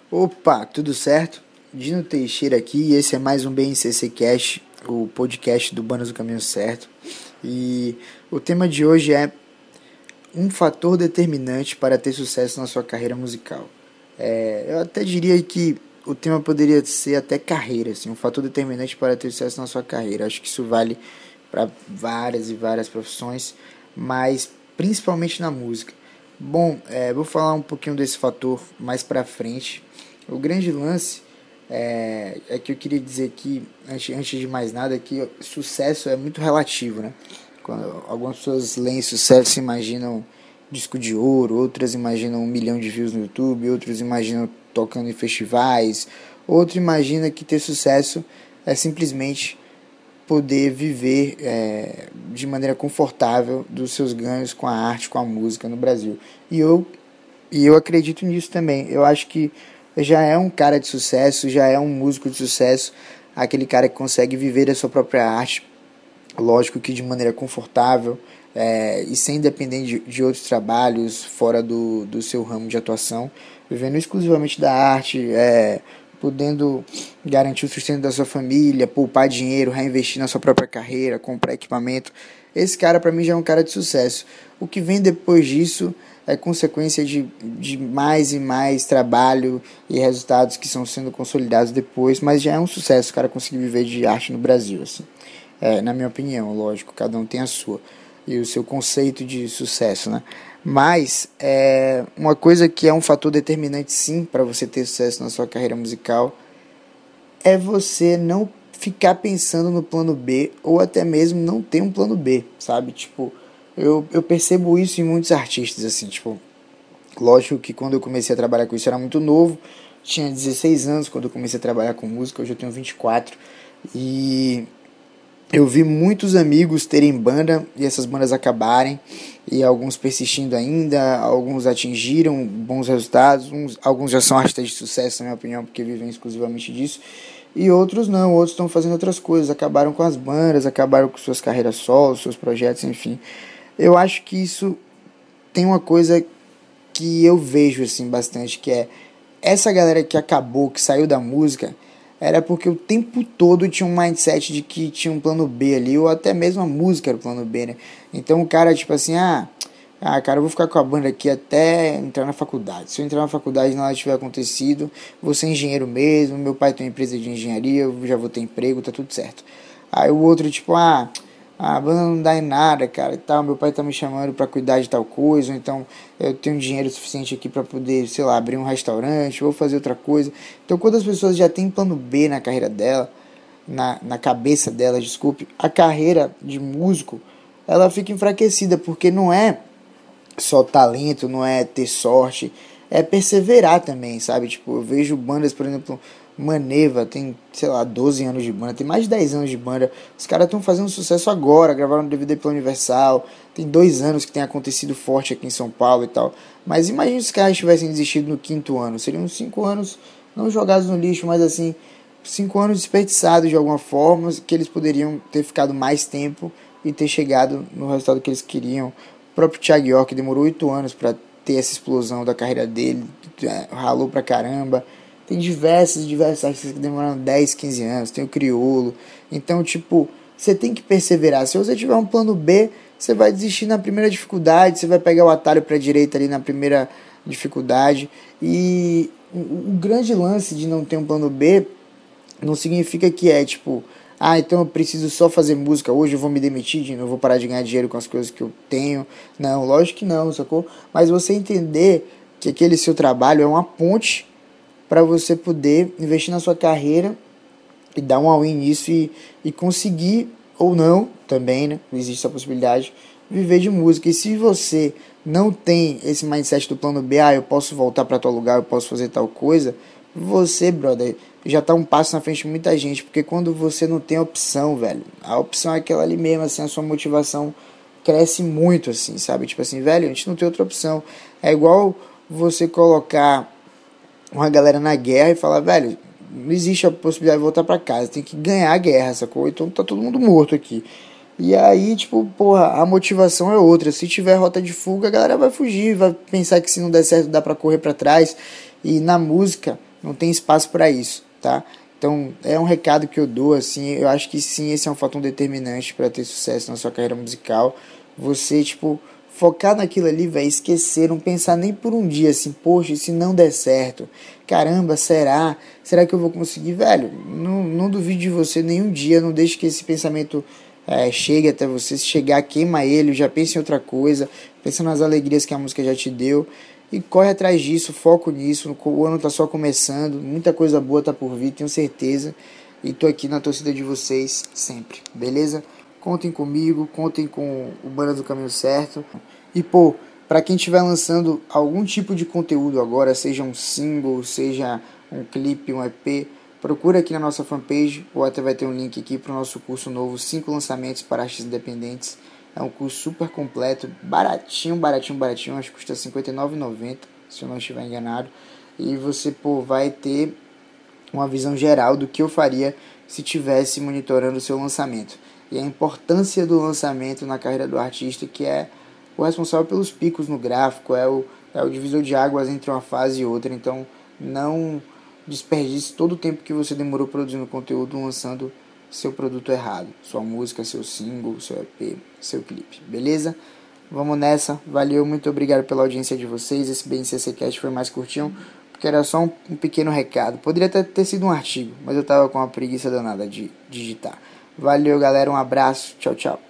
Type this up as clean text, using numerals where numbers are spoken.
Opa, tudo certo? Dino Teixeira aqui e esse é mais um BNCC Cast, o podcast do Bandas do Caminho Certo. E o tema de hoje é um fator determinante para ter sucesso na sua carreira musical. Eu até diria que o tema poderia ser até carreira, assim, um fator determinante para ter sucesso na sua carreira. Acho que isso vale para várias e várias profissões, mas principalmente na música. Bom, vou falar um pouquinho desse fator mais pra frente. O grande lance é que eu queria dizer que, antes de mais nada, que sucesso é muito relativo, né? Quando algumas pessoas leem sucesso, imaginam disco de ouro, outras imaginam 1 milhão de views no YouTube, outros imaginam tocando em festivais, outro imagina que ter sucesso é simplesmente poder viver de maneira confortável dos seus ganhos com a arte, com a música no Brasil. E eu acredito nisso também. Eu acho que já é um cara de sucesso, já é um músico de sucesso, aquele cara que consegue viver da sua própria arte, lógico que de maneira confortável, e sem depender de outros trabalhos fora do seu ramo de atuação, vivendo exclusivamente da arte, podendo garantir o sustento da sua família, poupar dinheiro, reinvestir na sua própria carreira, comprar equipamento. Esse cara para mim já é um cara de sucesso. O que vem depois disso é consequência de mais e mais trabalho e resultados que são sendo consolidados depois, mas já é um sucesso o cara conseguir viver de arte no Brasil, assim. Na minha opinião, lógico, cada um tem a sua e o seu conceito de sucesso, né? Mas uma coisa que é um fator determinante sim para você ter sucesso na sua carreira musical é você não ficar pensando no plano B ou até mesmo não ter um plano B, sabe? Tipo, eu percebo isso em muitos artistas, assim, tipo, lógico que quando eu comecei a trabalhar com isso eu era muito novo, tinha 16 anos quando eu comecei a trabalhar com música, hoje eu tenho 24 e eu vi muitos amigos terem banda e essas bandas acabarem, e alguns persistindo ainda, alguns atingiram bons resultados, alguns já são artistas de sucesso, na minha opinião, porque vivem exclusivamente disso, e outros não, outros estão fazendo outras coisas, acabaram com as bandas, acabaram com suas carreiras solos, seus projetos, enfim. Eu acho que isso tem uma coisa que eu vejo assim bastante, que é essa galera que acabou, que saiu da música, era porque o tempo todo tinha um mindset de que tinha um plano B ali, ou até mesmo a música era o plano B, né? Então o cara, tipo assim, cara, eu vou ficar com a banda aqui até entrar na faculdade. Se eu entrar na faculdade e nada tiver acontecido, vou ser engenheiro mesmo, meu pai tem uma empresa de engenharia, eu já vou ter emprego, tá tudo certo. Aí o outro, tipo, a banda não dá em nada, cara, e tal, meu pai tá me chamando pra cuidar de tal coisa, então eu tenho dinheiro suficiente aqui pra poder, sei lá, abrir um restaurante, vou fazer outra coisa. Então quando as pessoas já têm plano B na carreira dela, na cabeça dela, desculpe, a carreira de músico, ela fica enfraquecida, porque não é só talento, não é ter sorte, é perseverar também, sabe? Tipo, eu vejo bandas, por exemplo, Maneva tem, sei lá, 12 anos de banda, tem mais de 10 anos de banda, os caras estão fazendo sucesso agora, gravaram um DVD pela Universal, tem 2 anos que tem acontecido forte aqui em São Paulo e tal, mas imagina se os caras tivessem desistido no 5º ano, seriam 5 anos não jogados no lixo, mas assim, 5 anos desperdiçados de alguma forma, que eles poderiam ter ficado mais tempo e ter chegado no resultado que eles queriam. O próprio Thiago York demorou 8 anos para ter essa explosão da carreira dele, ralou pra caramba. Tem diversos artistas que demoraram 10, 15 anos, tem o Criolo. Então, tipo, você tem que perseverar. Se você tiver um plano B, você vai desistir na primeira dificuldade, você vai pegar o atalho pra direita ali na primeira dificuldade. E o grande lance de não ter um plano B não significa que tipo, então eu preciso só fazer música hoje, eu vou me demitir, eu vou parar de ganhar dinheiro com as coisas que eu tenho. Não, lógico que não, sacou? Mas você entender que aquele seu trabalho é uma ponte para você poder investir na sua carreira e dar um all-in nisso e conseguir, ou não, também, né? Existe essa possibilidade, viver de música. E se você não tem esse mindset do plano B, eu posso voltar para tal lugar, eu posso fazer tal coisa, você, brother, já tá um passo na frente de muita gente, porque quando você não tem opção, velho, a opção é aquela ali mesmo, assim, a sua motivação cresce muito, assim, sabe? Tipo assim, velho, a gente não tem outra opção. É igual você colocar uma galera na guerra e falar, velho, não existe a possibilidade de voltar pra casa, tem que ganhar a guerra, sacou? Então tá todo mundo morto aqui. E aí, tipo, porra, a motivação é outra. Se tiver rota de fuga, a galera vai fugir, vai pensar que se não der certo dá pra correr pra trás. E na música, não tem espaço para isso, tá? Então, é um recado que eu dou, assim, eu acho que sim, esse é um fator determinante para ter sucesso na sua carreira musical. Você, tipo, focar naquilo ali, velho, esquecer, não pensar nem por um dia, assim, poxa, e se não der certo? Caramba, será? Será que eu vou conseguir? Velho, não duvide de você nenhum dia, não deixe que esse pensamento chegue até você. Se chegar, queima ele, já pense em outra coisa, pensa nas alegrias que a música já te deu. E corre atrás disso, foco nisso. O ano tá só começando, muita coisa boa tá por vir, tenho certeza. E tô aqui na torcida de vocês sempre, beleza? Contem comigo, contem com o Banda do Caminho Certo. E pô, pra quem estiver lançando algum tipo de conteúdo agora, seja um single, seja um clipe, um EP, procura aqui na nossa fanpage, ou até vai ter um link aqui pro nosso curso novo, 5 lançamentos para artistas independentes. É um curso super completo, baratinho, acho que custa R$ 59,90, se eu não estiver enganado. E você, pô, vai ter uma visão geral do que eu faria se tivesse monitorando o seu lançamento. E a importância do lançamento na carreira do artista, que é o responsável pelos picos no gráfico, é o divisor de águas entre uma fase e outra. Então, não desperdice todo o tempo que você demorou produzindo conteúdo lançando seu produto errado, sua música, seu single, seu EP, seu clipe, beleza? Vamos nessa, valeu, muito obrigado pela audiência de vocês. Esse BNCC Cast foi mais curtinho, porque era só um pequeno recado. Poderia até ter sido um artigo, mas eu tava com uma preguiça danada de digitar. Valeu, galera, um abraço, tchau, tchau.